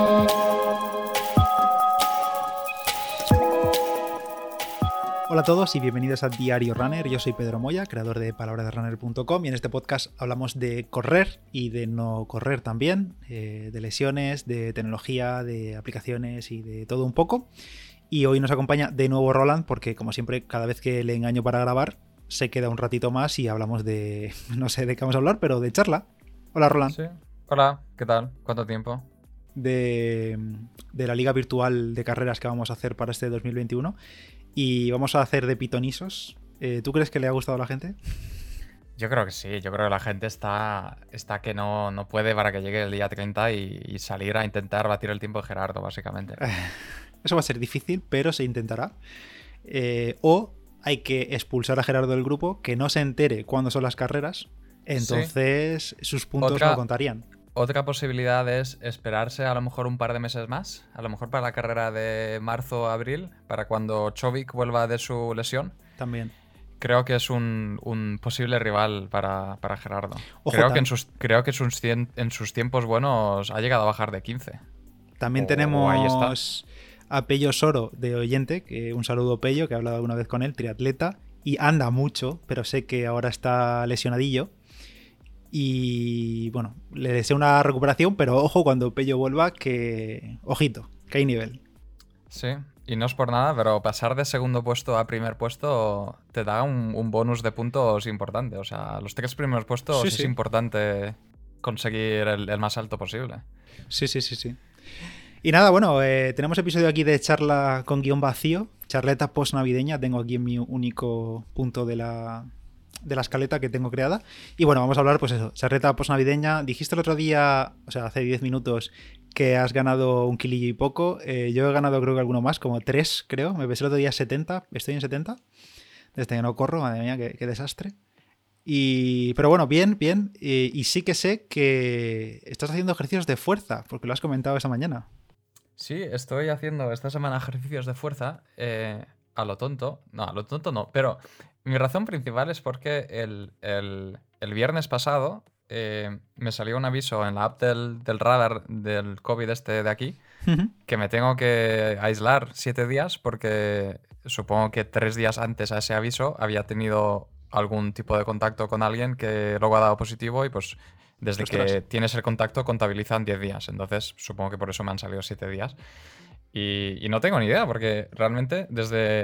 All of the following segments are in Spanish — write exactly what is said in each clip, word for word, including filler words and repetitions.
Hola a todos y bienvenidos a Diario Runner. Yo soy Pedro Moya, creador de palabra de runner punto com, y en este podcast hablamos de correr y de no correr también, eh, de lesiones, de tecnología, de aplicaciones y de todo un poco. Y hoy nos acompaña de nuevo Roland porque, como siempre, cada vez que le engaño para grabar se queda un ratito más y hablamos de... no sé de qué vamos a hablar, pero de charla. Hola Roland. Sí. Hola, ¿qué tal? ¿Cuánto tiempo? De, de la liga virtual de carreras que vamos a hacer para este dos mil veintiuno. Y vamos a hacer de pitonisos. Eh, ¿Tú crees que le ha gustado a la gente? Yo creo que sí, yo creo que la gente está, está que no, no puede para que llegue el día treinta y, y salir a intentar batir el tiempo de Gerardo, básicamente. Eso va a ser difícil, pero se intentará. Eh, o hay que expulsar a Gerardo del grupo, que no se entere cuándo son las carreras, entonces sí. Sus puntos Otra... no contarían. Otra posibilidad es esperarse a lo mejor un par de meses más, a lo mejor para la carrera de marzo o abril, para cuando Chobik vuelva de su lesión. También. Creo que es un, un posible rival para, para Gerardo. Ojo, creo, tam- que en sus, creo que sus cien, en sus tiempos buenos ha llegado a bajar de quince. También oh, tenemos ahí está. a Pello Soro de oyente, que un saludo Pello, que he hablado alguna vez con él, triatleta, y anda mucho, pero sé que ahora está lesionadillo. Y bueno, le deseo una recuperación, pero ojo cuando Pello vuelva, que ojito, que hay nivel. Sí, y no es por nada, pero pasar de segundo puesto a primer puesto te da un, un bonus de puntos importante. O sea, los tres primeros puestos Sí, es sí. importante conseguir el, el más alto posible. Sí, sí, sí, sí. Y nada, bueno, eh, tenemos episodio aquí de charla con guión vacío, charleta post-navideña, tengo aquí en mi único punto de la... de la escaleta que tengo creada. Y bueno, vamos a hablar, pues eso, charreta post-navideña. Dijiste el otro día, o sea, hace diez minutos, que has ganado un kilillo y poco. Eh, yo he ganado creo que alguno más, como tres, creo. Me pesé el otro día setenta, estoy en setenta. Desde que no corro, madre mía, qué, qué desastre. Y, pero bueno, bien, bien. Y, y sí que sé que estás haciendo ejercicios de fuerza, porque lo has comentado esta mañana. Sí, estoy haciendo esta semana ejercicios de fuerza eh, a lo tonto. No, a lo tonto no, pero mi razón principal es porque el, el, el viernes pasado eh, me salió un aviso en la app del, del radar del COVID este de aquí que me tengo que aislar siete días porque supongo que tres días antes a ese aviso había tenido algún tipo de contacto con alguien que luego ha dado positivo y pues desde Ostras. que tienes el contacto contabilizan diez días. Entonces supongo que por eso me han salido siete días. Y, y no tengo ni idea porque realmente desde...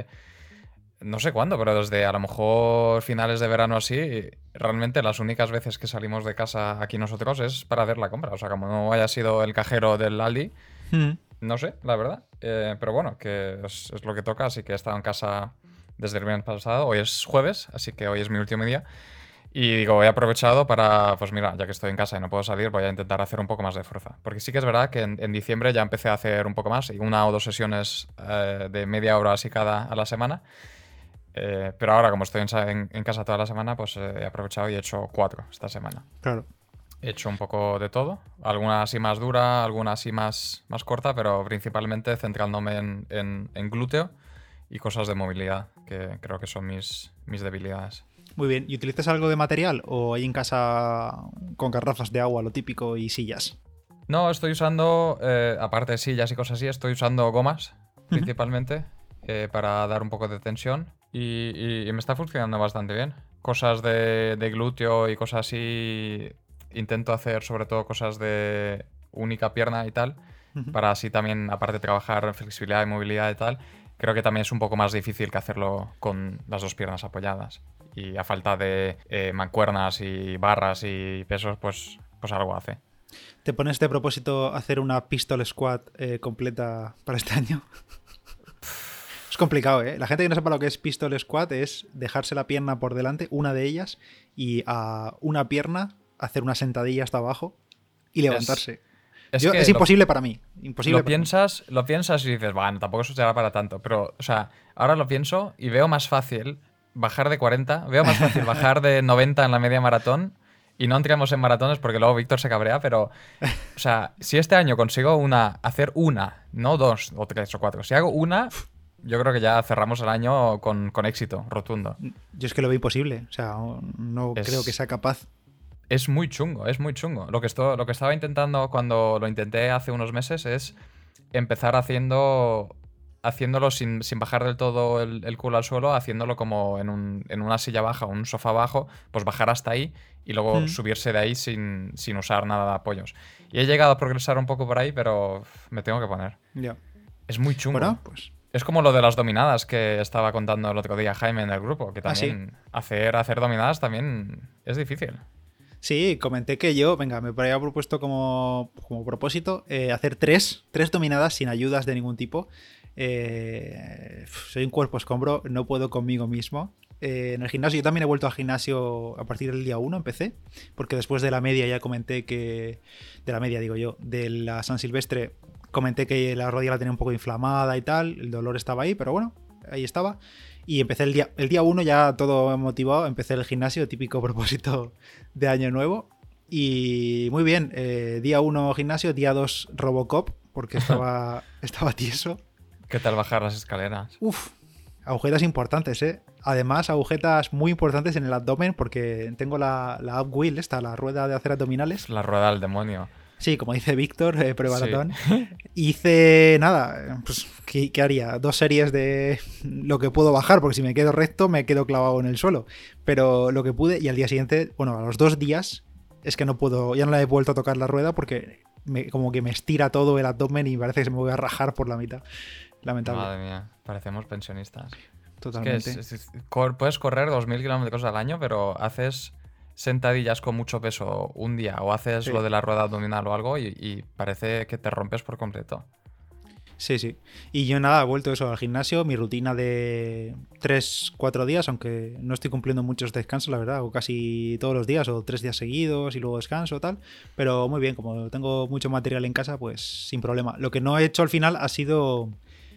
No sé cuándo, pero desde a lo mejor finales de verano así, realmente las únicas veces que salimos de casa aquí nosotros es para hacer la compra. O sea, como no haya sido el cajero del Aldi, Mm. no sé, la verdad. Eh, pero bueno, que es, es lo que toca, así que he estado en casa desde el viernes pasado. Hoy es jueves, así que hoy es mi último día. Y digo, he aprovechado para, pues mira, ya que estoy en casa y no puedo salir, voy a intentar hacer un poco más de fuerza. Porque sí que es verdad que en, en diciembre ya empecé a hacer un poco más, y una o dos sesiones eh, de media hora así cada a la semana. Eh, pero ahora, como estoy en, en, en casa toda la semana, pues eh, he aprovechado y he hecho cuatro esta semana. Claro. He hecho un poco de todo, alguna así más dura, alguna así más, más corta, pero principalmente centrándome en, en, en glúteo y cosas de movilidad, que creo que son mis, mis debilidades. Muy bien. ¿Y utilizas algo de material o hay en casa con garrafas de agua, lo típico, y sillas? No, estoy usando, eh, aparte de sillas y cosas así, estoy usando gomas principalmente eh, para dar un poco de tensión y, y, y me está funcionando bastante bien. Cosas de, de glúteo y cosas así, intento hacer sobre todo cosas de única pierna y tal, Uh-huh. para así también, aparte de trabajar flexibilidad y movilidad y tal, creo que también es un poco más difícil que hacerlo con las dos piernas apoyadas. Y a falta de eh, mancuernas y barras y pesos, pues, pues algo hace. ¿Te pones de propósito hacer una pistol squat eh, completa para este año? Es complicado, ¿eh? La gente que no sepa lo que es pistol squat es dejarse la pierna por delante, una de ellas, y a una pierna hacer una sentadilla hasta abajo y levantarse. Es, es, Yo, que es imposible lo, para mí. Imposible lo, para piensas, mí. lo piensas y dices, bueno, tampoco eso será para tanto. Pero, o sea, ahora lo pienso y veo más fácil bajar de cuarenta, veo más fácil bajar de noventa en la media maratón. Y no entramos en maratones porque luego Víctor se cabrea, pero, o sea, si este año consigo una, hacer una, no dos o tres o cuatro, si hago una, yo creo que ya cerramos el año con, con éxito rotundo. Yo es que lo veo imposible, o sea, no es, creo que sea capaz. Es muy chungo, es muy chungo. Lo que, esto, lo que estaba intentando cuando lo intenté hace unos meses es empezar haciendo haciéndolo sin, sin bajar del todo el, el culo al suelo, haciéndolo como en, un, en una silla baja o un sofá bajo, pues bajar hasta ahí y luego Mm, subirse de ahí sin, sin usar nada de apoyos. Y he llegado a progresar un poco por ahí, pero me tengo que poner. ya. Es muy chungo. Bueno, pues. Es como lo de las dominadas que estaba contando el otro día Jaime en el grupo, que Ah, sí. también hacer, hacer dominadas también es difícil. Sí, comenté que yo, venga, me había propuesto como, como propósito eh, hacer tres, tres dominadas sin ayudas de ningún tipo. Eh, soy un cuerpo escombro, no puedo conmigo mismo. Eh, en el gimnasio, yo también he vuelto al gimnasio a partir del día uno, empecé, porque después de la media ya comenté que, de la media digo yo, de la San Silvestre, comenté que la rodilla la tenía un poco inflamada y tal, el dolor estaba ahí, pero bueno, ahí estaba. Y empecé el día, el día uno ya todo motivado, empecé el gimnasio, típico propósito de año nuevo. Y muy bien, eh, día uno gimnasio, día dos Robocop, porque estaba, estaba tieso. ¿Qué tal bajar las escaleras? Uf, agujetas importantes, ¿eh? Además, agujetas muy importantes en el abdomen, porque tengo la, la up wheel, esta, la rueda de hacer abdominales. La rueda del demonio. Sí, como dice Víctor, eh, Sí. prebaratón. Hice nada, pues, ¿qué, ¿qué haría? Dos series de lo que puedo bajar, porque si me quedo recto me quedo clavado en el suelo. Pero lo que pude, y al día siguiente, bueno, a los dos días, es que no puedo, ya no le he vuelto a tocar la rueda porque me- como que me estira todo el abdomen y parece que se me voy a rajar por la mitad. Lamentable, Madre mía, parecemos pensionistas. Es que totalmente. es- es- es- cor- puedes correr dos mil kilómetros al año, pero haces sentadillas con mucho peso un día o haces Sí. lo de la rueda abdominal o algo y, y parece que te rompes por completo. Sí, sí. Y yo nada, he vuelto eso al gimnasio, mi rutina de tres cuatro días, aunque no estoy cumpliendo muchos descansos, la verdad, o casi todos los días, o tres días seguidos y luego descanso tal. Pero muy bien, como tengo mucho material en casa, pues sin problema. Lo que no he hecho al final ha sido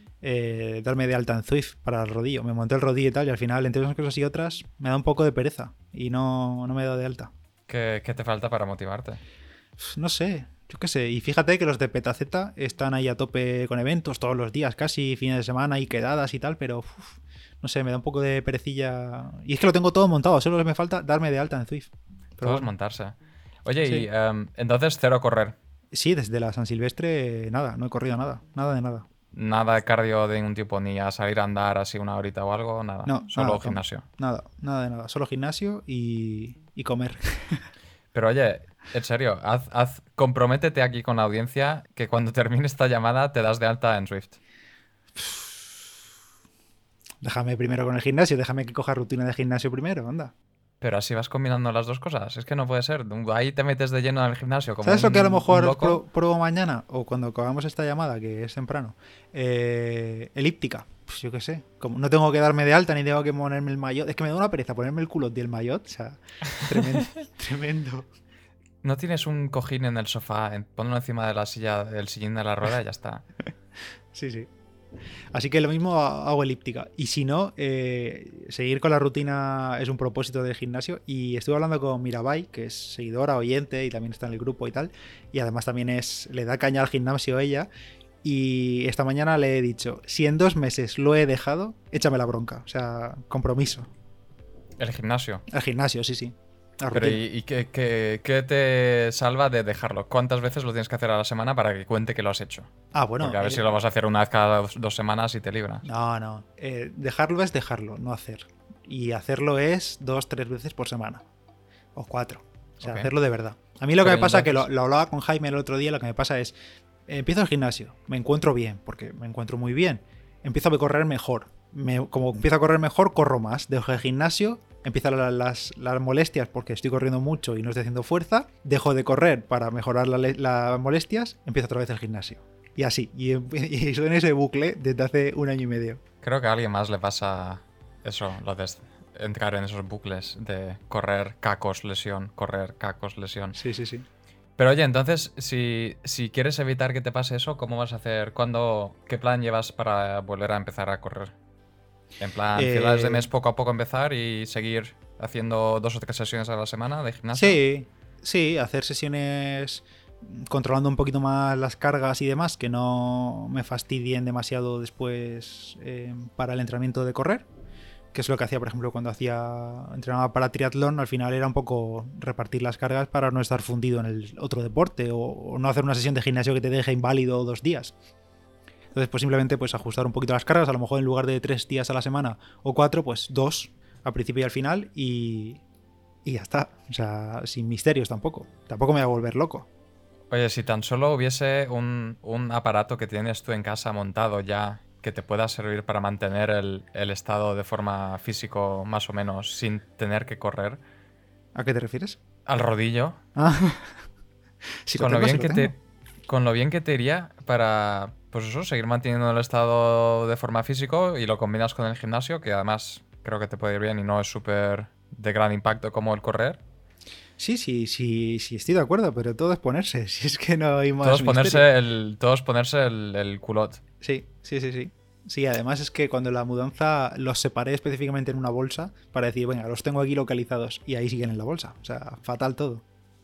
eh, darme de alta en Zwift para el rodillo. Me monté el rodillo y tal, y al final, entre unas cosas y otras, me da un poco de pereza y no, no me he dado de alta. ¿Qué, qué te falta para motivarte? No sé, yo qué sé. Y fíjate que los de Petaceta están ahí a tope con eventos todos los días, casi fines de semana y quedadas y tal, pero uf, no sé, me da un poco de perecilla. Y es que lo tengo todo montado, solo me falta darme de alta en Zwift. Pero Todo es bueno, montarse. Oye, y sí. em, entonces cero correr. Sí, desde la San Silvestre, nada, no he corrido nada, nada de nada. Nada de cardio de ningún tipo, ni a salir a andar así una horita o algo, nada. No, Solo nada, tam- gimnasio. nada, nada de nada. Solo gimnasio y, y comer. Pero oye, en serio, haz, haz- comprométete aquí con la audiencia que cuando termine esta llamada te das de alta en Swift. Déjame primero con el gimnasio, déjame que coja rutina de gimnasio primero, anda. Pero así vas combinando las dos cosas. Es que no puede ser. Ahí te metes de lleno en el gimnasio como ¿Sabes lo que a lo un, un mejor loco. pro- pruebo mañana? O cuando acabamos esta llamada, que es temprano. Eh, elíptica. Pues yo qué sé. Como no tengo que darme de alta ni tengo que ponerme el maillot. Es que me da una pereza ponerme el culo del maillot. O sea, tremendo. tremendo. ¿No tienes un cojín en el sofá? En- Ponlo encima de la silla, del sillín de la rueda y ya está. Sí, sí. Así que lo mismo ha- hago elíptica. Y si no, eh, seguir con la rutina es un propósito del gimnasio. Y estuve hablando con Mirabai, que es seguidora, oyente y también está en el grupo y tal. Y además también es le da caña al gimnasio ella. Y esta mañana le he dicho, si en dos meses lo he dejado, échame la bronca. O sea, compromiso. El gimnasio. Al gimnasio, sí, sí. La Pero ¿y, rutina. y qué, qué- qué te salva de dejarlo? ¿Cuántas veces lo tienes que hacer a la semana para que cuente que lo has hecho? Ah, bueno. Porque a ver eh, si lo vas a hacer una vez cada dos, dos semanas y te libras. No, no. Eh, dejarlo es dejarlo, no hacer. Y hacerlo es dos, tres veces por semana. O cuatro. O sea, Ok. hacerlo de verdad. A mí lo que Pero me y pasa, que lo, entonces- lo hablaba con Jaime el otro día, lo que me pasa es, eh, empiezo el gimnasio, me encuentro bien, porque me encuentro muy bien. Empiezo a correr mejor. Me- como empiezo a correr mejor, corro más. Dejo el gimnasio, empiezan la- las, las molestias porque estoy corriendo mucho y no estoy haciendo fuerza. Dejo de correr para mejorar la le- las molestias, empiezo otra vez el gimnasio. Y así. Y, y estoy en ese bucle desde hace un año y medio. Creo que a alguien más le pasa eso, lo de entrar en esos bucles de correr, cacos, lesión, correr, cacos, lesión. Sí, sí, sí. Pero oye, entonces, si, si quieres evitar que te pase eso, ¿cómo vas a hacer? ¿Cuándo, qué plan llevas para volver a empezar a correr? En plan, Eh, finales de mes poco a poco empezar y seguir haciendo dos o tres sesiones a la semana de gimnasio. Sí, sí, hacer sesiones controlando un poquito más las cargas y demás, que no me fastidien demasiado después eh, para el entrenamiento de correr. que es lo que hacía, por ejemplo, cuando hacía entrenaba para triatlón. Al final era un poco repartir las cargas para no estar fundido en el otro deporte o, o no hacer una sesión de gimnasio que te deje inválido dos días. Entonces, pues simplemente pues ajustar un poquito las cargas, a lo mejor en lugar de tres días a la semana o cuatro, pues dos al principio y al final y, y ya está. O sea, sin misterios tampoco. Tampoco me voy a volver loco. Oye, si tan solo hubiese un, un aparato que tienes tú en casa montado ya que te pueda servir para mantener el, el estado de forma físico más o menos sin tener que correr. ¿A qué te refieres? Al rodillo. Ah. Si lo con, tengo, lo bien si que lo te, tengo. con lo bien que te iría para, pues eso, seguir manteniendo el estado de forma físico y lo combinas con el gimnasio, que además creo que te puede ir bien y no es súper de gran impacto como el correr. Sí, sí, sí, sí, estoy de acuerdo, pero todo es ponerse. Si es que no hay más Todos misterio. ponerse el, todos ponerse el, el culot. Sí, sí, sí, sí. Sí, además es que cuando la mudanza los separé específicamente en una bolsa para decir, venga, los tengo aquí localizados y ahí siguen en la bolsa. O sea, fatal todo.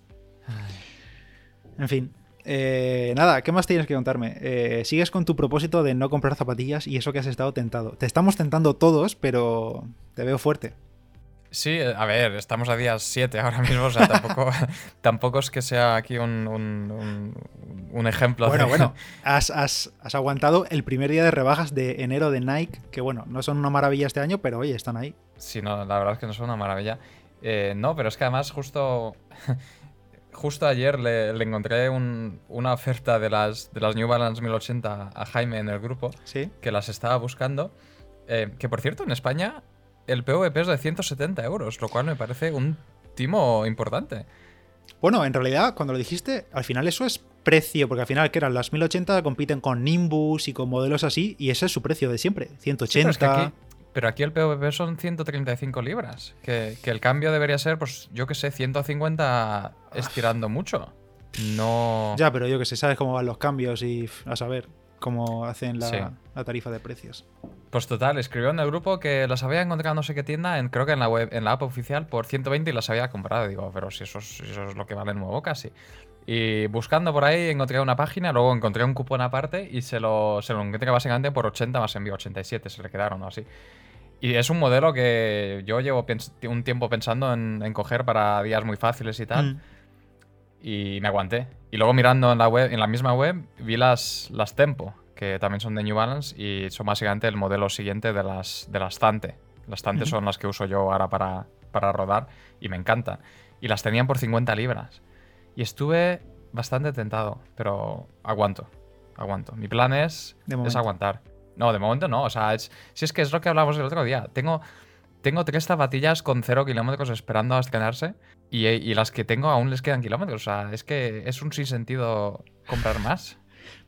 En fin. Eh, nada, ¿qué más tienes que contarme? Eh, sigues con tu propósito de no comprar zapatillas y eso que has estado tentado. Te estamos tentando todos, pero te veo fuerte. Sí, a ver, estamos a día siete ahora mismo, o sea, tampoco, tampoco es que sea aquí un, un, un, un ejemplo. Bueno, de... bueno, has, has, has aguantado el primer día de rebajas de enero de Nike, que bueno, no son una maravilla este año, pero oye, están ahí. Sí, no, la verdad es que no es una maravilla. Eh, no, pero es que además justo, justo ayer le, le encontré un, una oferta de las, de las New Balance mil ochenta a Jaime en el grupo, Sí. que las estaba buscando. Eh, que por cierto, en España el P V P es de ciento setenta euros, lo cual me parece un timo importante. Bueno, en realidad, cuando lo dijiste, al final eso es precio, porque al final, que eran las mil ochenta, compiten con Nimbus y con modelos así, y ese es su precio de siempre, ciento ochenta. Sí, pero, es que aquí, pero aquí el P V P son ciento treinta y cinco libras, que, que el cambio debería ser, pues yo que sé, ciento cincuenta estirando mucho. No... Ya, pero yo que sé, sabes cómo van los cambios y a saber cómo hacen la, Sí. la tarifa de precios. Pues total, escribió en el grupo que las había encontrado no sé qué tienda, en, creo que en la web, en la app oficial, por ciento veinte y las había comprado. Digo, pero si eso es, si eso es lo que vale nuevo casi. Y buscando por ahí encontré una página, luego encontré un cupón aparte y se lo, se lo encontré básicamente por ochenta más envío, ochenta y siete se le quedaron o así. Y es un modelo que yo llevo un tiempo pensando en, en coger para días muy fáciles y tal. Mm. Y me aguanté. Y luego mirando en la web, en la misma web, vi las, las Tempo, que también son de New Balance y son básicamente el modelo siguiente de las, de las Zante. Las Zante Ujú. son las que uso yo ahora para, para rodar y me encantan. Y las tenían por cincuenta libras. Y estuve bastante tentado, pero aguanto. Aguanto. Mi plan es, De es momento. aguantar. No, de momento no. O sea, es, si es que es lo que hablamos el otro día. Tengo, tengo tres zapatillas con cero kilómetros esperando a estrenarse y, y las que tengo aún les quedan kilómetros. O sea, es que es un sinsentido comprar más.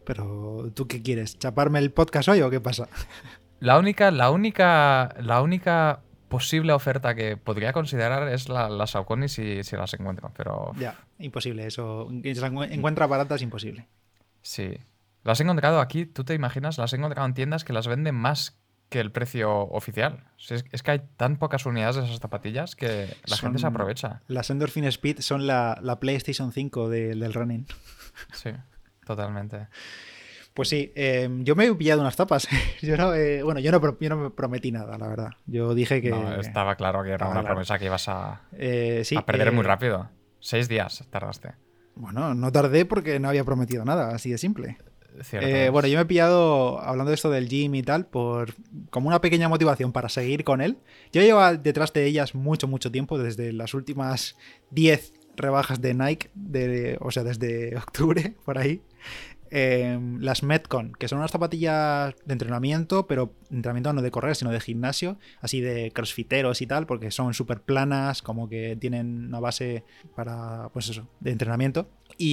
Pero, ¿tú qué quieres? ¿Chaparme el podcast hoy o qué pasa? La única, la única, la única posible oferta que podría considerar es la, las Saucony si, si las encuentro, pero Ya, imposible. Eso, que se la encu- encuentra barata es imposible. sí. Las he encontrado aquí, tú te imaginas, las he encontrado en tiendas que las venden más que el precio oficial. Si Es, es que hay tan pocas unidades de esas zapatillas que la Son- gente se aprovecha. Las Endorphin Speed son la, la PlayStation cinco de- del running. Sí, totalmente. Pues sí, eh, yo me he pillado unas tapas. Yo no, eh, bueno, yo no, pro- yo no me prometí nada, la verdad. Yo dije que... No, estaba claro que era estaba una claro. promesa que ibas a, Eh, sí, a perder eh, muy rápido. Seis días tardaste. Bueno, no tardé porque no había prometido nada, así de simple. Cierto Eh, es. bueno, yo me he pillado, hablando de esto del gym y tal, por como una pequeña motivación para seguir con él. Yo llevo detrás de ellas mucho, mucho tiempo, desde las últimas diez rebajas de Nike, de, o sea, desde octubre, por ahí. Eh, las Metcon, que son unas zapatillas de entrenamiento, pero entrenamiento no de correr, sino de gimnasio, así de crossfiteros y tal, porque son súper planas, como que tienen una base para, pues eso, de entrenamiento.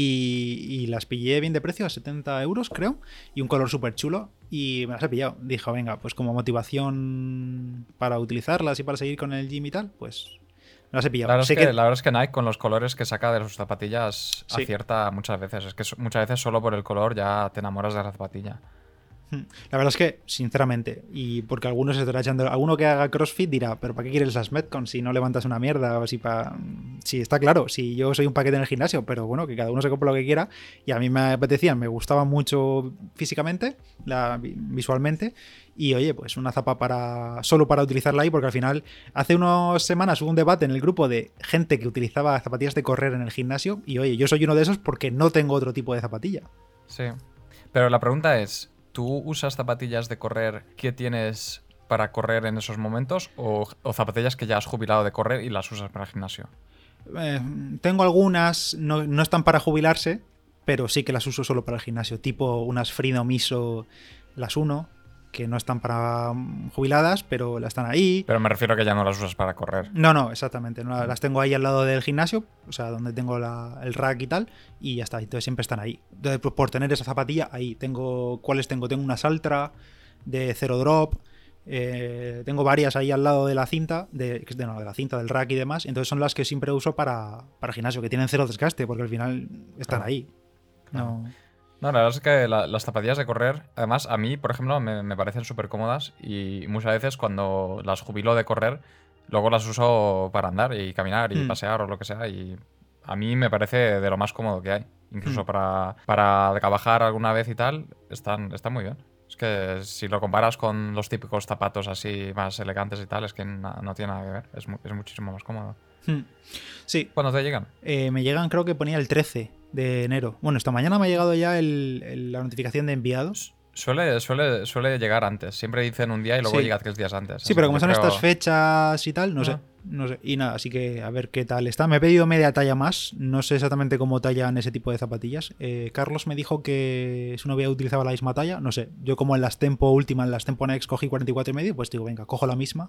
Y, y las pillé bien de precio, a setenta euros creo, y un color súper chulo, y me las he pillado. Dijo, venga, pues como motivación para utilizarlas y para seguir con el gym y tal, pues me las he La pillado. verdad, es Sé que, que... la verdad es que Nike con los colores que saca de sus zapatillas Sí. acierta muchas veces. Es que so- muchas veces solo por el color ya te enamoras de la zapatilla. La verdad es que, sinceramente, y porque algunos se estarán echando, alguno que haga CrossFit dirá, pero ¿para qué quieres las Metcon si no levantas una mierda? O si para... Sí, está claro, si yo soy un paquete en el gimnasio, pero bueno, que cada uno se compre lo que quiera, y a mí me apetecían, me gustaban mucho físicamente, la, visualmente, y oye, pues una zapa para solo para utilizarla ahí, porque al final, hace unas semanas hubo un debate en el grupo de gente que utilizaba zapatillas de correr en el gimnasio, y oye, yo soy uno de esos porque no tengo otro tipo de zapatilla. Sí, pero la pregunta es, ¿tú usas zapatillas de correr que tienes para correr en esos momentos o, o zapatillas que ya has jubilado de correr y las usas para el gimnasio? Eh, tengo algunas, no, no están para jubilarse, pero sí que las uso solo para el gimnasio, tipo unas Freedom I S O, las uno, que no están para jubiladas, pero las están ahí. Pero me refiero a que ya no las usas para correr. No, no, exactamente. No, las tengo ahí al lado del gimnasio, o sea, donde tengo la, el rack y tal, y ya está. Entonces siempre están ahí. Entonces, pues, por tener esa zapatilla, ahí tengo. ¿Cuáles tengo? Tengo una Saltra de Zero Drop. Eh, tengo varias ahí al lado de la cinta, de, de, no, de la cinta del rack y demás. Entonces son las que siempre uso para, para el gimnasio, que tienen cero desgaste, porque al final están Claro. ahí. Claro. No. No, la verdad es que la- las zapatillas de correr, además, a mí, por ejemplo, me, me parecen súper cómodas y muchas veces cuando las jubilo de correr, luego las uso para andar y caminar y Hmm. pasear o lo que sea. Y a mí me parece de lo más cómodo que hay. Incluso Hmm. para, para trabajar alguna vez y tal, están, están muy bien. Es que si lo comparas con los típicos zapatos así más elegantes y tal, es que na- no tiene nada que ver. Es, mu- es muchísimo más cómodo. Hmm. Sí. ¿Cuándo te llegan? Eh, me llegan, creo que ponía el trece de enero. Bueno, esta mañana me ha llegado ya el, el- la notificación de enviados. Suele, suele, suele llegar antes. Siempre dicen un día y luego Sí. llega tres días antes. Sí, Así pero que como yo son creo- estas fechas y tal, no Ah. sé. No sé. Y nada, así que a ver qué tal está. Me he pedido media talla más. No sé exactamente cómo tallan ese tipo de zapatillas. Eh, Carlos me dijo que su novia utilizaba la misma talla. No sé. Yo como en las Tempo última, en las Tempo Next cogí cuarenta y cuatro y medio, pues digo, venga, cojo la misma.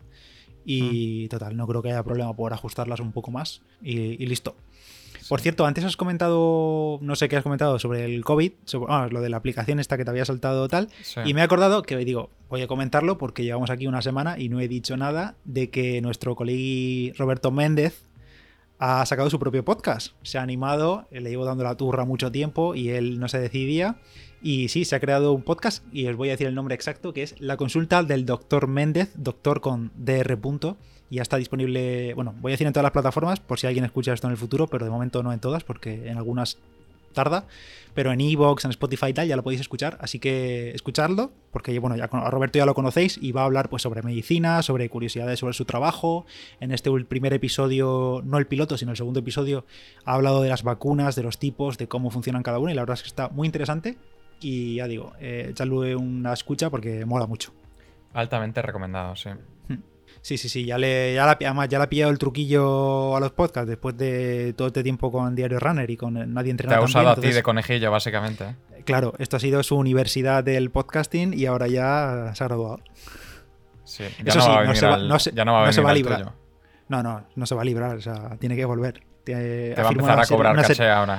Y total, no creo que haya problema por ajustarlas un poco más. Y, y listo. Por cierto, antes has comentado, no sé qué has comentado sobre el COVID, sobre, ah, lo de la aplicación esta que te había saltado tal, Sí. y me he acordado que digo, voy a comentarlo porque llevamos aquí una semana y no he dicho nada de que nuestro colega Roberto Méndez ha sacado su propio podcast. Se ha animado, le llevo dando la turra mucho tiempo y él no se decidía. Y sí, se ha creado un podcast y os voy a decir el nombre exacto, que es La Consulta del Doctor Méndez, doctor con dr. Y ya está disponible, bueno, voy a decir en todas las plataformas por si alguien escucha esto en el futuro, pero de momento no en todas porque en algunas tarda, pero en iVoox, en Spotify y tal ya lo podéis escuchar, así que escuchadlo, porque bueno, ya a Roberto ya lo conocéis y va a hablar pues sobre medicina, sobre curiosidades sobre su trabajo. En este primer episodio, no el piloto, sino el segundo episodio, ha hablado de las vacunas, de los tipos, de cómo funcionan cada una y la verdad es que está muy interesante y ya digo, eh, echadle una escucha porque mola mucho. Altamente recomendado, sí. Sí, sí, sí, ya le, ya la, además ya le ha pillado el truquillo a los podcasts después de todo este tiempo con Diario Runner y con Nadie Entrena Te ha tan usado bien, a ti entonces, de conejillo, básicamente. ¿eh? claro, esto ha sido su universidad del podcasting y ahora ya se ha graduado. Sí. Ya Eso no sí, va a no venir se va, al- no se, ya no va a no se venir va a al librar. tuyo. No, no, no se va a librar, o sea, tiene que volver. Tiene- Te va a firmado empezar una a ser- cobrar una ser- caché ahora.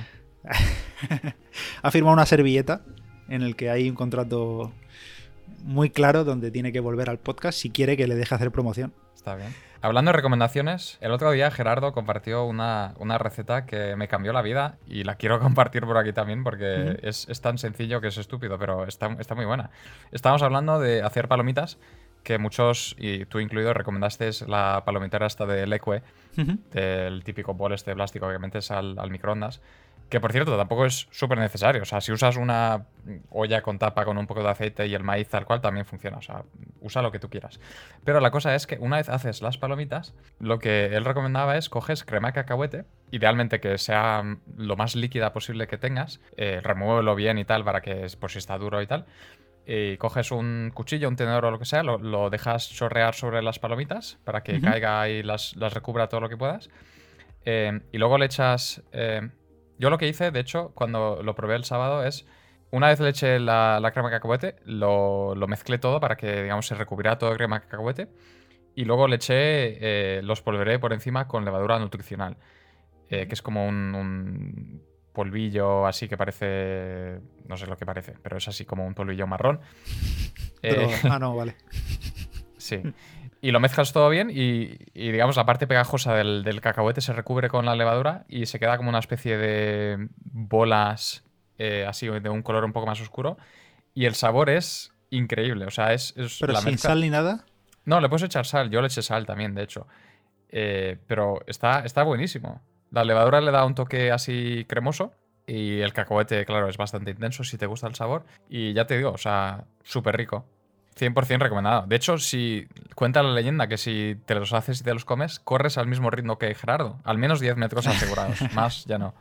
ha firmado una servilleta en el que hay un contrato muy claro donde tiene que volver al podcast si quiere que le deje hacer promoción. Está bien. Hablando de recomendaciones, el otro día Gerardo compartió una, una receta que me cambió la vida y la quiero compartir por aquí también porque Ujú. es, es tan sencillo que es estúpido, pero está, está muy buena. Estábamos hablando de hacer palomitas, que muchos, y tú incluido, recomendaste la palomitera esta de Leque, Ujú. del típico bol este de plástico que metes al, al microondas. Que por cierto, tampoco es súper necesario. O sea, si usas una olla con tapa con un poco de aceite y el maíz tal cual, también funciona. O sea, usa lo que tú quieras. Pero la cosa es que una vez haces las palomitas, lo que él recomendaba es coges crema de cacahuete, idealmente que sea lo más líquida posible que tengas, eh, remuévelo bien y tal para que, por si está duro y tal. Y coges un cuchillo, un tenedor o lo que sea, lo, lo dejas chorrear sobre las palomitas para que Ujú. caiga y las, las recubra todo lo que puedas. Eh, y luego le echas... eh, yo lo que hice, de hecho, cuando lo probé el sábado es... Una vez le eché la, la crema de cacahuete, lo, lo mezclé todo para que, digamos, se recubriera todo de crema de cacahuete. Y luego le eché, eh, los polvoré por encima con levadura nutricional. eh, que es como un, un polvillo así que parece... No sé lo que parece, pero es así como un polvillo marrón. Pero, Eh, ah, no, vale. sí. Y lo mezclas todo bien y, y, digamos, la parte pegajosa del, del cacahuete se recubre con la levadura y se queda como una especie de bolas eh, así de un color un poco más oscuro. Y el sabor es increíble. O sea, es, es Pero la sin mezcla... sal ni nada. No, le puedes echar sal. Yo le eché sal también, de hecho. Eh, pero está, está buenísimo. La levadura le da un toque así cremoso. Y el cacahuete, claro, es bastante intenso si te gusta el sabor. Y ya te digo, o sea, súper rico. cien por ciento recomendado. De hecho, si cuenta la leyenda que si te los haces y te los comes, corres al mismo ritmo que Gerardo. Al menos diez metros asegurados. Más ya no.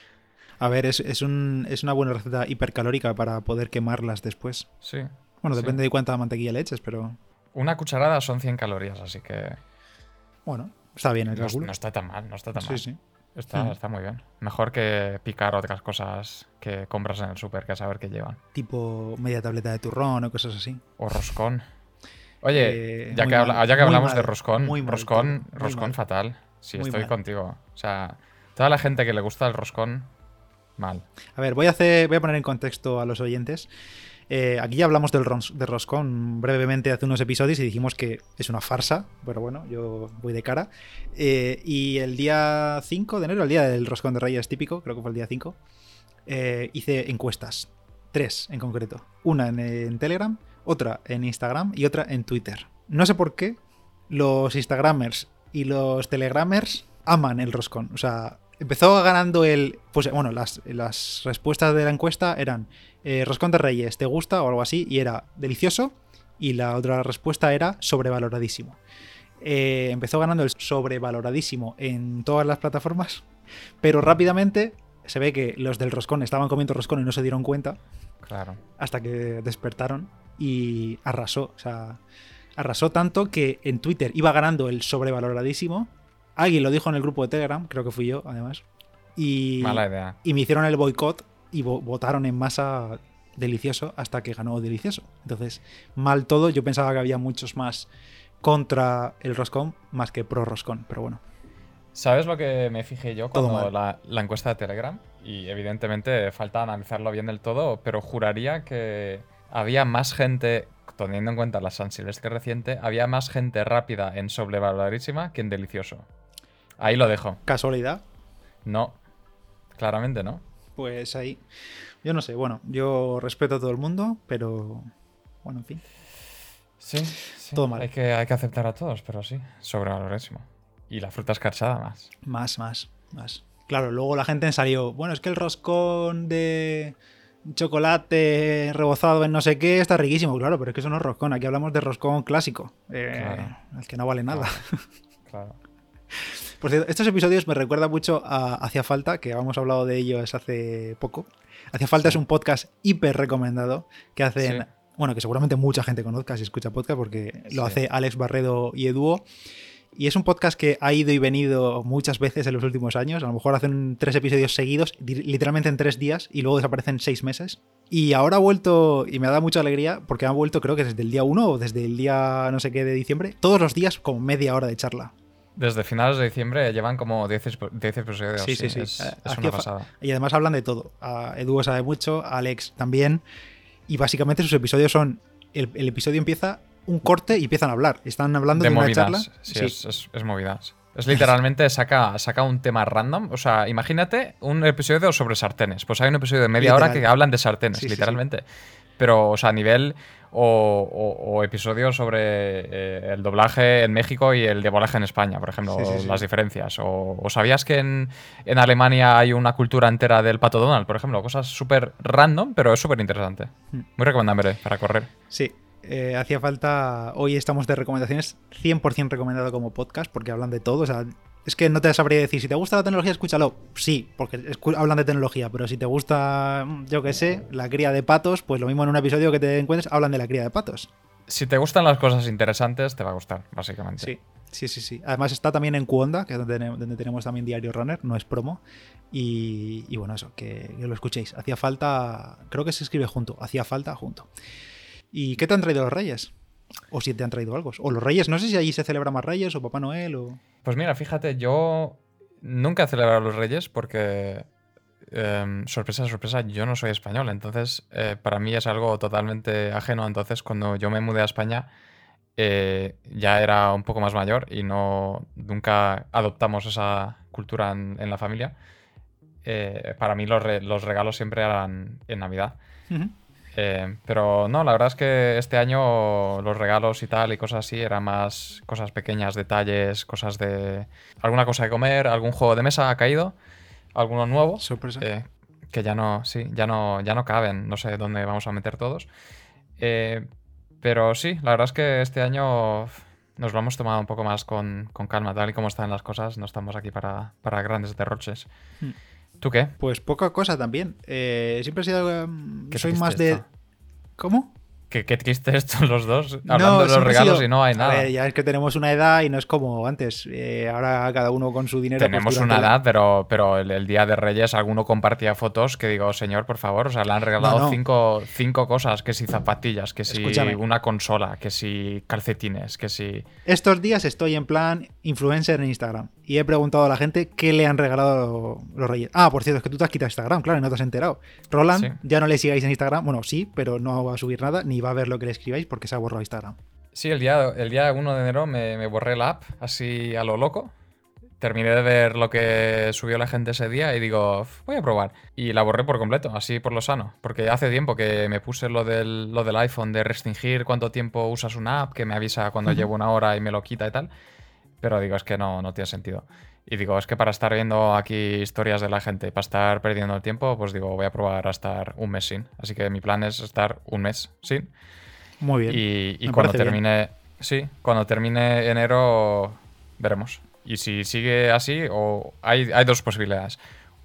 A ver, es, es, un, es una buena receta hipercalórica para poder quemarlas después. Sí. Bueno, sí. depende de cuánta mantequilla le eches, pero... Una cucharada son cien calorías, así que... Bueno, está bien el No, cálculo. no está tan mal, no está tan Sí, mal. sí. Está, Mm. está muy bien. Mejor que picar otras cosas que compras en el súper, que a saber qué llevan. Tipo media tableta de turrón o cosas así. O roscón. Oye, Eh, ya, muy que habla- mal, ya que muy hablamos mal, de roscón, muy mal, roscón, tío, muy roscón mal. fatal. Sí, Muy estoy mal. contigo. O sea, toda la gente que le gusta el roscón, mal. A ver, voy a, hacer, voy a poner en contexto a los oyentes. Eh, aquí ya hablamos del, ros, del roscón brevemente hace unos episodios y dijimos que es una farsa, pero bueno, yo voy de cara. Eh, y el día cinco de enero, el día del roscón de Reyes típico, creo que fue el día cinco, eh, hice encuestas. Tres en concreto. Una en, en Telegram, otra en Instagram y otra en Twitter. No sé por qué los Instagramers y los Telegramers aman el roscón. O sea, empezó ganando el... Pues bueno, las, las respuestas de la encuesta eran eh, roscón de Reyes, ¿te gusta? O algo así. Y era delicioso. Y la otra respuesta era sobrevaloradísimo. Eh, empezó ganando el sobrevaloradísimo en todas las plataformas. Pero rápidamente se ve que los del roscón estaban comiendo roscón y no se dieron cuenta. Claro. Hasta que despertaron y arrasó. O sea, arrasó tanto que en Twitter iba ganando el sobrevaloradísimo. Alguien lo dijo en el grupo de Telegram, creo que fui yo, además. Y, Mala idea. y me hicieron el boicot y vo votaron en masa delicioso hasta que ganó delicioso. Entonces, mal todo. Yo pensaba que había muchos más contra el roscón más que pro roscón, pero bueno. ¿Sabes lo que me fijé yo Todo cuando mal. la, la encuesta de Telegram? Y evidentemente falta analizarlo bien del todo, pero juraría que había más gente, teniendo en cuenta la San Silvestre reciente, había más gente rápida en sobrevaloradísima que en delicioso. Ahí lo dejo. ¿Casualidad? No, claramente no. Pues ahí. Yo no sé, bueno, yo respeto a todo el mundo, pero bueno, en fin. Sí, sí. Todo mal. Hay que, hay que aceptar a todos, pero sí, sobrevaloradísimo. Y la fruta escarchada más. Más, más, más. Claro, luego la gente salió, bueno, es que el roscón de chocolate rebozado en no sé qué está riquísimo. Claro, pero es que eso no es roscón, aquí hablamos de roscón clásico, eh, Claro. el que no vale nada. Claro. Claro. Por cierto, estos episodios me recuerdan mucho a Hacía Falta, que habíamos hablado de ellos hace poco. Hacía Falta Sí. es un podcast hiper recomendado que hacen, Sí. bueno, que seguramente mucha gente conozca si escucha podcast porque lo Sí. hace Alex Barredo y Eduo. Y es un podcast que ha ido y venido muchas veces en los últimos años. A lo mejor hacen tres episodios seguidos, literalmente en tres días, y luego desaparecen seis meses. Y ahora ha vuelto, y me da mucha alegría, porque han vuelto creo que desde el día uno o desde el día no sé qué de diciembre, todos los días como media hora de charla. Desde finales de diciembre llevan como diez episodios. Sí, sí, sí. Es, Eh, es hacía una fa- pasada. Y además hablan de todo. A Edu sabe mucho, a Alex también. Y básicamente sus episodios son... El, el episodio empieza un corte y empiezan a hablar. Están hablando De de, una movidas. charla. Sí, Sí. Es, es, es movidas. Es literalmente saca, saca un tema random. O sea, imagínate un episodio sobre sartenes. Pues hay un episodio de media Literal. hora que hablan de sartenes, Sí, sí, sí. literalmente. Pero, o sea, a nivel. O, o, o episodios sobre eh, el doblaje en México y el doblaje en España, por ejemplo, Sí, sí, sí. las diferencias. O, o sabías que en, en Alemania hay una cultura entera del pato Donald, por ejemplo. Cosas súper random, pero es súper interesante. Hmm. Muy recomendable para correr. Sí. Eh, hacía falta... Hoy estamos de recomendaciones cien por ciento recomendado como podcast porque hablan de todo. O sea, es que no te sabría decir, si te gusta la tecnología, escúchalo. Sí, porque escu- hablan de tecnología, pero si te gusta, yo qué sé, la cría de patos, pues lo mismo en un episodio que te encuentres, hablan de la cría de patos. Si te gustan las cosas interesantes, te va a gustar, básicamente. Sí, sí, sí, sí. Además está también en Cuonda, que es donde, donde tenemos también Diario Runner, no es promo. Y, y bueno, eso, que, que lo escuchéis. Hacía falta, creo que se escribe junto, hacía falta junto. ¿Y qué te han traído los Reyes? O si te han traído algo. O los Reyes, no sé si allí se celebra más Reyes o Papá Noel o... Pues mira, fíjate, yo nunca he celebrado los Reyes porque, eh, sorpresa, sorpresa, yo no soy español. Entonces, eh, para mí es algo totalmente ajeno. Entonces, cuando yo me mudé a España, eh, ya era un poco más mayor y no nunca adoptamos esa cultura en, en la familia. Eh, para mí los, re- los regalos siempre eran en Navidad. Uh-huh. Eh, pero no, la verdad es que este año los regalos y tal y cosas así eran más cosas pequeñas, detalles, cosas de... Alguna cosa de comer, algún juego de mesa ha caído, alguno nuevo, Sorpresa. eh, que ya no, sí, ya no, ya no caben, no sé dónde vamos a meter todos. Eh, pero sí, la verdad es que este año nos lo hemos tomado un poco más con, con calma, tal y como están las cosas, no estamos aquí para, para grandes derroches. Hmm. ¿Tú qué? Pues poca cosa también. Eh, siempre he sido. um, ¿Qué soy triste más de. esto? ¿Cómo? ¿Qué, qué triste esto los dos, hablando No, de los siempre he regalos sido. y no hay A ver, nada. ya es que tenemos una edad y no es como antes. Eh, ahora cada uno con su dinero. Pues Tenemos durante una la- edad, pero, pero el, el día de Reyes alguno compartía fotos que digo, señor, por favor, o sea, le han No, regalado no. cinco, cinco cosas, que si zapatillas, que si Escúchame. una consola, que si calcetines, que si... Estos días estoy en plan influencer en Instagram y he preguntado a la gente qué le han regalado los reyes. Ah, por cierto, es que tú te has quitado Instagram, claro, y no te has enterado. Roland, Sí. ya no le sigáis en Instagram. Bueno, sí, pero no va a subir nada ni va a ver lo que le escribáis porque se ha borrado Instagram. Sí, el día, el día uno de enero me, me borré la app así a lo loco. Terminé de ver lo que subió la gente ese día y digo, voy a probar. Y la borré por completo, así por lo sano. Porque hace tiempo que me puse lo del, lo del iPhone de restringir cuánto tiempo usas una app, que me avisa cuando Ujú. llevo una hora y me lo quita y tal. Pero digo, es que no, no tiene sentido. Y digo, es que para estar viendo aquí historias de la gente, para estar perdiendo el tiempo, pues digo, voy a probar a estar un mes sin. Así que mi plan es estar un mes sin. Muy bien. Y, y Me cuando parece bien. termine, sí, cuando termine enero, veremos. Y si sigue así, o hay, hay dos posibilidades.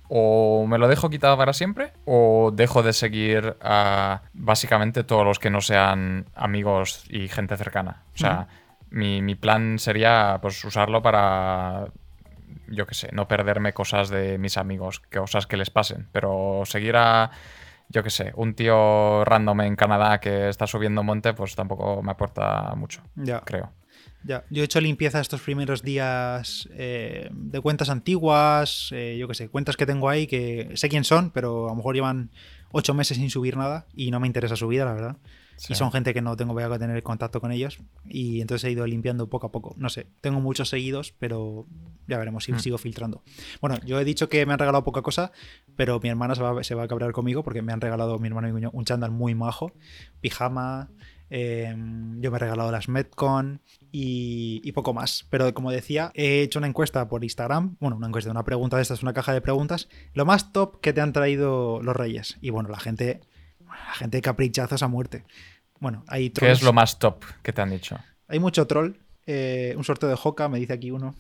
O me lo dejo quitado para siempre, o dejo de seguir a básicamente todos los que no sean amigos y gente cercana. O sea, mi, mi plan sería pues usarlo para, yo qué sé, no perderme cosas de mis amigos, cosas que les pasen. Pero seguir a, yo qué sé, un tío random en Canadá que está subiendo un monte, pues tampoco me aporta mucho, Ya. creo. Ya, yo he hecho limpieza estos primeros días eh, de cuentas antiguas, eh, yo qué sé, cuentas que tengo ahí que sé quién son, pero a lo mejor llevan ocho meses sin subir nada y no me interesa su vida, la verdad. Sí. Y son gente que no tengo voy a tener contacto con ellos y entonces he ido limpiando poco a poco. No sé, tengo muchos seguidos, pero ya veremos si Mm. sigo filtrando. Bueno, yo he dicho que me han regalado poca cosa, pero mi hermana se va, se va a cabrear conmigo porque me han regalado mi hermano y yo un chándal muy majo, pijama. Eh, yo me he regalado las Metcon y, y poco más. Pero como decía, he hecho una encuesta por Instagram. Bueno, una encuesta, una pregunta de estas, una caja de preguntas. Lo más top que te han traído los Reyes. Y bueno, la gente, la gente caprichazos a muerte. Bueno, hay trolls. ¿Qué es lo más top que te han dicho? Hay mucho troll. Eh, un sorteo de Hoka, me dice aquí uno.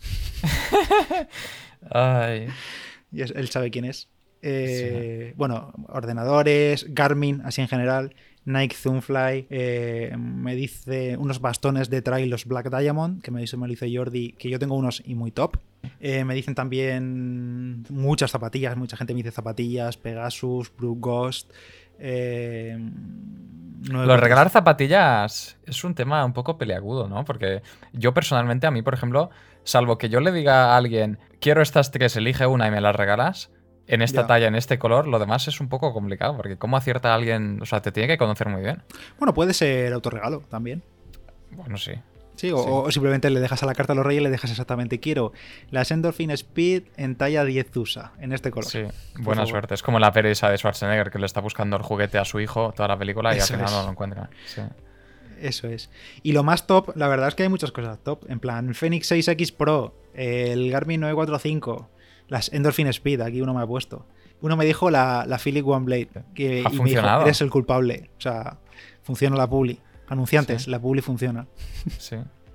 Ay. Y es, él sabe quién es. Eh, sí. Bueno, ordenadores, Garmin, así en general. Nike Zoomfly, eh, me dice unos bastones de trail, los Black Diamond, que me dice, me lo dice Jordi, que yo tengo unos y muy top. Eh, me dicen también muchas zapatillas, mucha gente me dice zapatillas, Pegasus, Blue Ghost. Eh, no Lo de regalar zapatillas es un tema un poco peleagudo, ¿no? Porque yo personalmente, a mí, por ejemplo, salvo que yo le diga a alguien, quiero estas tres, elige una y me las regalas, en esta Ya. talla, en este color, lo demás es un poco complicado, porque ¿cómo acierta a alguien? O sea, te tiene que conocer muy bien. Bueno, puede ser autorregalo también. Bueno, sí. Sí, o, Sí. o simplemente le dejas a la carta a los reyes, le dejas exactamente, quiero las Endorphin Speed en talla diez U S A, en este color. Sí, buena suerte. Es como la peli esa de Schwarzenegger, que le está buscando el juguete a su hijo toda la película y Eso al final es. no lo encuentra. Sí. Eso es. Y lo más top, la verdad es que hay muchas cosas top. En plan, Fenix seis X Pro, el Garmin nueve cuatro cinco, las Endorphin Speed, aquí uno me ha puesto. Uno me dijo la, la Philips One Blade, que Ha y me dijo, funcionado. eres el culpable. O sea, funciona la publi. Anunciantes, Sí. la publi funciona. Sí.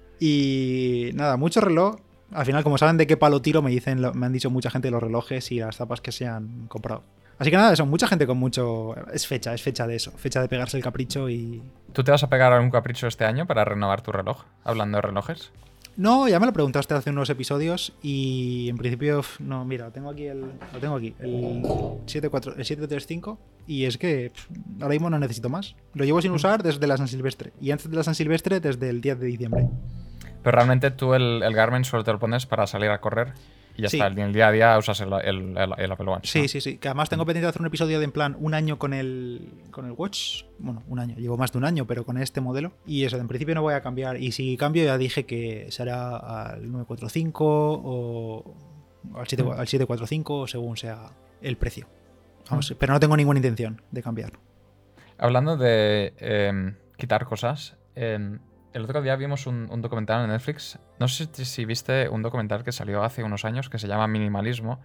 Y nada, mucho reloj. Al final, como saben de qué palo tiro, me dicen, lo- me han dicho mucha gente los relojes y las tapas que se han comprado. Así que nada, eso, mucha gente con mucho... Es fecha, es fecha de eso. Fecha de pegarse el capricho y... ¿Tú te vas a pegar algún capricho este año para renovar tu reloj? Hablando de relojes. No, ya me lo preguntaste hace unos episodios y en principio, pf, no, mira, tengo aquí el, lo tengo aquí, el siete cuatro, el siete tres cinco y es que pf, ahora mismo no necesito más. Lo llevo sin usar desde la San Silvestre y antes de la San Silvestre desde el diez de diciembre. Pero realmente tú el, el Garmin solo te lo pones para salir a correr y ya Sí. está. En el día a día usas el, el, el, el Apple Watch. Sí, ¿no? sí, sí. Que además tengo pendiente de hacer un episodio de en plan un año con el con el Watch. Bueno, un año. Llevo más de un año, pero con este modelo. Y eso, en principio no voy a cambiar. Y si cambio, ya dije que será al nueve cuatro cinco o al siete, al siete cuatro cinco, según sea el precio. Vamos, pero no tengo ninguna intención de cambiar. Hablando de eh, quitar cosas, eh, el otro día vimos un, un documental en Netflix. No sé si, si viste un documental que salió hace unos años que se llama Minimalismo,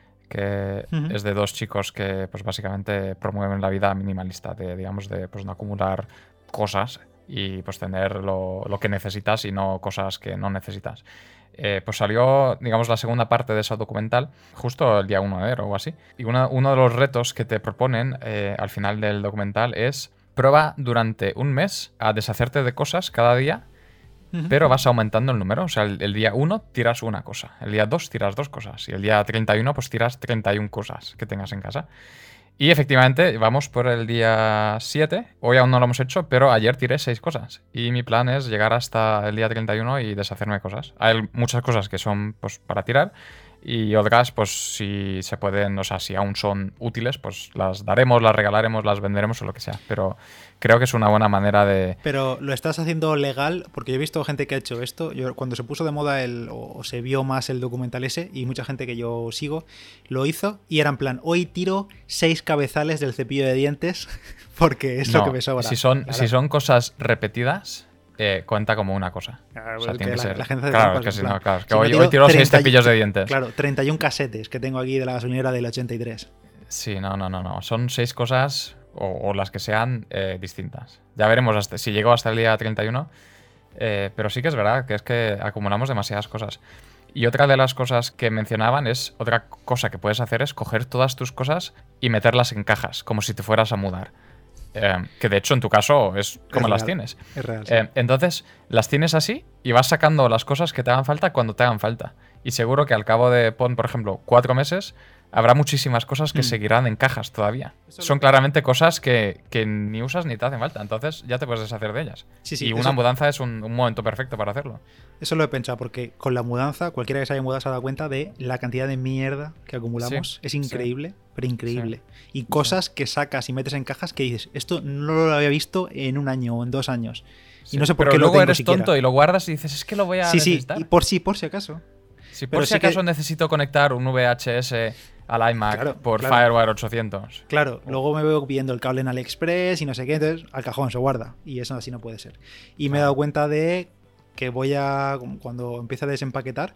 que uh-huh. es de dos chicos que pues básicamente promueven la vida minimalista, de digamos de pues no acumular cosas y pues tener lo, lo que necesitas y no cosas que no necesitas. Eh, pues salió, digamos, la segunda parte de ese documental justo el día uno de enero o así. Y una, uno de los retos que te proponen eh, al final del documental es prueba durante un mes a deshacerte de cosas cada día, uh-huh. pero vas aumentando el número. O sea, el, el día uno tiras una cosa, el día dos tiras dos cosas y el día treinta y uno pues tiras treinta y una cosas que tengas en casa. Y efectivamente, vamos por el día siete. Hoy aún no lo hemos hecho, pero ayer tiré seis cosas. Y mi plan es llegar hasta el día treinta y uno y deshacerme de cosas. Hay muchas cosas que son pues para tirar y otras, pues si se pueden, o sea, si aún son útiles, pues las daremos, las regalaremos, las venderemos o lo que sea. Pero creo que es una buena manera de... Pero lo estás haciendo legal, porque yo he visto gente que ha hecho esto. Yo, cuando se puso de moda el, o se vio más el documental ese, y mucha gente que yo sigo lo hizo, y era en plan, hoy tiro seis cabezales del cepillo de dientes porque es no, lo que me sobra. Si son, claro. si son cosas repetidas... Eh, cuenta como una cosa. Claro, o sea, tiene que la, ser. La gente hace claro, trampas, que si plan, no, claro. Que si hoy, hoy tiro treinta, seis cepillos de dientes. Claro, treinta y uno casetes que tengo aquí de la gasolinera del ochenta y tres. Sí, no, no, no, no. Son seis cosas o, o las que sean eh, distintas. Ya veremos hasta, si llego hasta el día treinta y uno. Eh, pero sí que es verdad que es que acumulamos demasiadas cosas. Y otra de las cosas que mencionaban es, otra cosa que puedes hacer es coger todas tus cosas y meterlas en cajas, como si te fueras a mudar. Eh, que de hecho en tu caso es como es las real, tienes. Es real, sí. eh, entonces las tienes así y vas sacando las cosas que te hagan falta cuando te hagan falta. Y seguro que al cabo de, pon, por ejemplo, cuatro meses, habrá muchísimas cosas que mm. seguirán en cajas todavía. Eso Son claramente cosas que, que ni usas ni te hacen falta. Entonces ya te puedes deshacer de ellas. Sí, sí, y una eso... mudanza es un, un momento perfecto para hacerlo. Eso lo he pensado porque con la mudanza, cualquiera que se haya mudado se ha dado cuenta de la cantidad de mierda que acumulamos. Sí, es increíble, sí. pero increíble. Sí. Y cosas sí. que sacas y metes en cajas que dices, esto no lo había visto en un año o en dos años. Sí, y no sé por pero qué luego lo tengo eres siquiera. tonto y lo guardas y dices, es que lo voy a sí, necesitar. Sí, y por sí, por si acaso. Si por pero si sí acaso que... necesito conectar un V H S al iMac claro, por claro. Firewire ochocientos. Claro, luego me veo viendo el cable en AliExpress y no sé qué, entonces al cajón se guarda. Y eso así no puede ser. Y claro. me he dado cuenta de que voy a, cuando empiece a desempaquetar,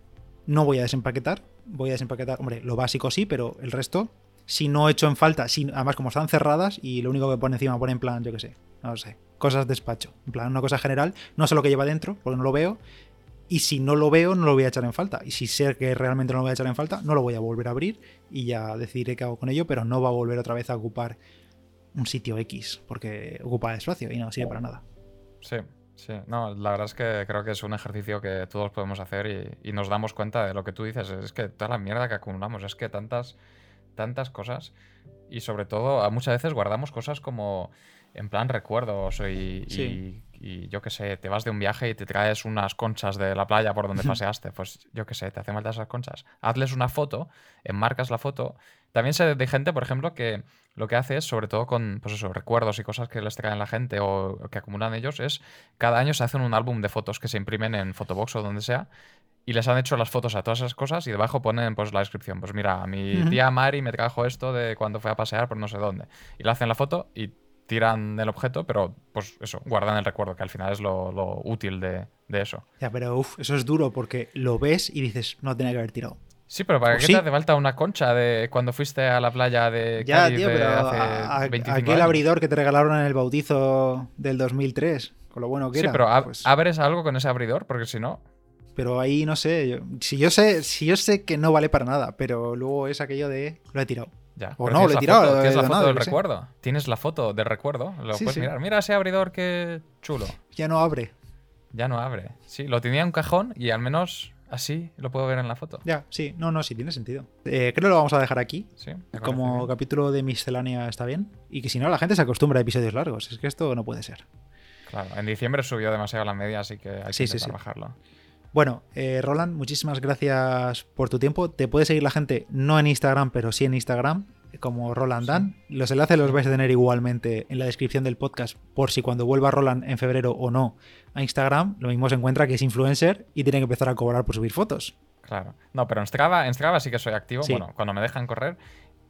no voy a desempaquetar, voy a desempaquetar, hombre, lo básico sí, pero el resto, si no he hecho en falta, si, además como están cerradas y lo único que pone encima pone en plan, yo qué sé, no sé, cosas de despacho, en plan una cosa general, no sé lo que lleva dentro, porque no lo veo. Y si no lo veo, no lo voy a echar en falta. Y si sé que realmente no lo voy a echar en falta, no lo voy a volver a abrir y ya decidiré qué hago con ello, pero no va a volver otra vez a ocupar un sitio X, porque ocupa espacio y no sirve para nada. Sí, sí. No, la verdad es que creo que es un ejercicio que todos podemos hacer y, y nos damos cuenta de lo que tú dices. Es que toda la mierda que acumulamos, es que tantas, tantas cosas y sobre todo muchas veces guardamos cosas como en plan recuerdos y... Sí. y Y yo qué sé, te vas de un viaje y te traes unas conchas de la playa por donde paseaste. Pues yo qué sé, te hacen falta esas conchas. Hazles una foto, enmarcas la foto. También sé de gente, por ejemplo, que lo que hace es, sobre todo con pues eso, recuerdos y cosas que les traen la gente o que acumulan ellos, es cada año se hacen un álbum de fotos que se imprimen en Photobox o donde sea. Y les han hecho las fotos a todas esas cosas y debajo ponen pues la descripción. Pues mira, mi tía Mari me trajo esto de cuando fue a pasear por no sé dónde. Y le hacen la foto y tiran el objeto, pero pues eso, guardan el recuerdo, que al final es lo, lo útil de, de eso. Ya, pero uff, eso es duro porque lo ves y dices, no tenía que haber tirado. Sí, pero ¿para pues qué sí. te hace falta una concha de cuando fuiste a la playa de ya, Cádiz tío, de pero hace a, a, veinticinco aquel años? abridor que te regalaron en el bautizo del dos mil tres, con lo bueno que sí, era. Sí, pero ab pues... abres algo con ese abridor, porque si no... Pero ahí no sé, yo, si yo sé, si yo sé que no vale para nada, pero luego es aquello de lo he tirado. Ya, o no, lo he tirado. Foto, tienes la foto nada, del recuerdo. Tienes la foto del recuerdo. Lo sí, puedes sí. mirar. Mira ese abridor, qué chulo. Ya no abre. Ya no abre. Sí, lo tenía en un cajón y al menos así lo puedo ver en la foto. Ya, sí. No, no, sí, tiene sentido. Eh, creo que lo vamos a dejar aquí. Sí, como bien. Capítulo de miscelánea está bien. Y que si no, la gente se acostumbra a episodios largos. Es que esto no puede ser. Claro, en diciembre subió demasiado la media, así que hay que sí, intentar sí, sí. bajarlo. Bueno, eh, Roland, muchísimas gracias por tu tiempo. Te puede seguir la gente, no en Instagram, pero sí en Instagram, como Roland Dan. Sí. Los enlaces los vais a tener igualmente en la descripción del podcast, por si cuando vuelva Roland en febrero o no a Instagram, lo mismo se encuentra que es influencer y tiene que empezar a cobrar por subir fotos. Claro. No, pero en Strava, en Strava sí que soy activo, sí. Bueno, cuando me dejan correr.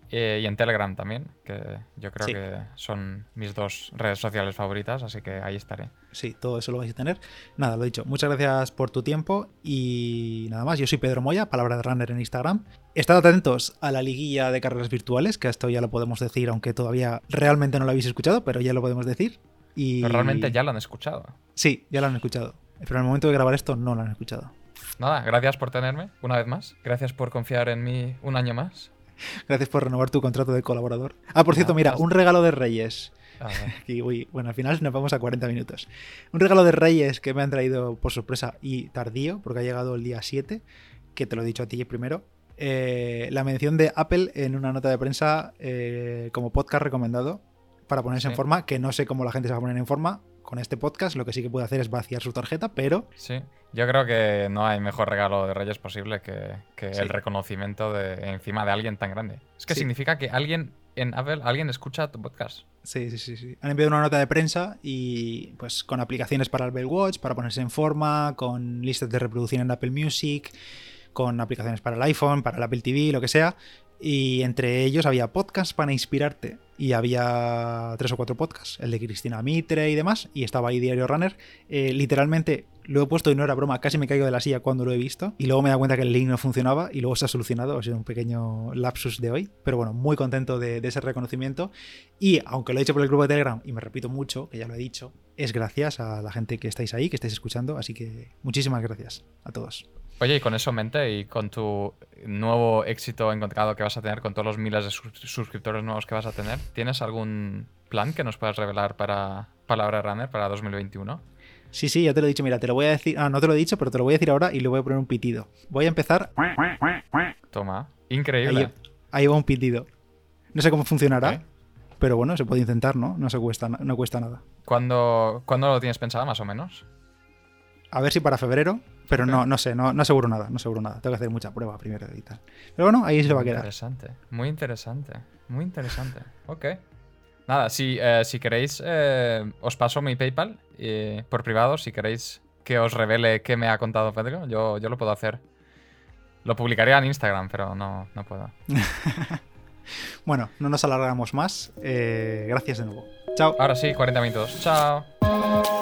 Eh, y en Telegram también, que yo creo Sí. que son mis dos redes sociales favoritas, así que ahí estaré. Sí, todo eso lo vais a tener. Nada, lo dicho. Muchas gracias por tu tiempo y nada más. Yo soy Pedro Moya, Palabra de Runner en Instagram. Estad atentos a la liguilla de carreras virtuales, que esto ya lo podemos decir, aunque todavía realmente no lo habéis escuchado, pero ya lo podemos decir. Y... Pero realmente ya lo han escuchado. Sí, ya lo han escuchado. Pero en el momento de grabar esto no lo han escuchado. Nada, gracias por tenerme una vez más. Gracias por confiar en mí un año más. Gracias por renovar tu contrato de colaborador. Ah, por cierto, Nada, mira, hasta- un regalo de Reyes. A ver. Y, uy, bueno, al final nos vamos a cuarenta minutos. Un regalo de Reyes que me han traído por sorpresa y tardío, porque ha llegado el día siete, que te lo he dicho a ti primero. Eh, la mención de Apple en una nota de prensa eh, como podcast recomendado para ponerse Sí. en forma, que no sé cómo la gente se va a poner en forma con este podcast. Lo que sí que puede hacer es vaciar su tarjeta, pero Sí, yo creo que no hay mejor regalo de Reyes posible que, que Sí. el reconocimiento de encima de alguien tan grande. Es que Sí. significa que alguien en Apple, alguien escucha tu podcast. sí, sí, sí, sí. Han enviado una nota de prensa y pues con aplicaciones para el Apple Watch, para ponerse en forma, con listas de reproducción en Apple Music, con aplicaciones para el iPhone, para el Apple T V, lo que sea. Y entre ellos había podcasts para inspirarte. Y había tres o cuatro podcasts, el de Cristina Mitre y demás. Y estaba ahí Diario Runner. Eh, literalmente lo he puesto y no era broma, casi me caigo de la silla cuando lo he visto. Y luego me he dado cuenta que el link no funcionaba y luego se ha solucionado. Ha sido un pequeño lapsus de hoy. Pero bueno, muy contento de, de ese reconocimiento. Y aunque lo he hecho por el grupo de Telegram, y me repito mucho, que ya lo he dicho, es gracias a la gente que estáis ahí, que estáis escuchando. Así que muchísimas gracias a todos. Oye, y con eso en mente y con tu nuevo éxito encontrado que vas a tener con todos los miles de sus- suscriptores nuevos que vas a tener, ¿tienes algún plan que nos puedas revelar para Palabra Runner para dos mil veintiuno? Sí, sí, ya te lo he dicho. Mira, te lo voy a decir. Ah, no te lo he dicho, pero te lo voy a decir ahora y le voy a poner un pitido. Voy a empezar. Toma, increíble. Ahí, ahí va un pitido. No sé cómo funcionará, Ok. pero bueno, se puede intentar, ¿no? No se cuesta, no cuesta nada. ¿Cuándo, ¿Cuándo lo tienes pensado, más o menos? A ver si para febrero, pero Ok. no, no sé, no, no aseguro nada, no aseguro nada. Tengo que hacer mucha prueba primero y tal. Pero bueno, ahí se va a Muy quedar. interesante, muy interesante, muy interesante. Ok. Nada, si, eh, si queréis, eh, os paso mi PayPal eh, por privado. Si queréis que os revele qué me ha contado Pedro, yo, yo lo puedo hacer. Lo publicaría en Instagram, pero no, no puedo. Bueno, no nos alargamos más. Eh, gracias de nuevo. Chao. Ahora sí, cuarenta minutos. Chao.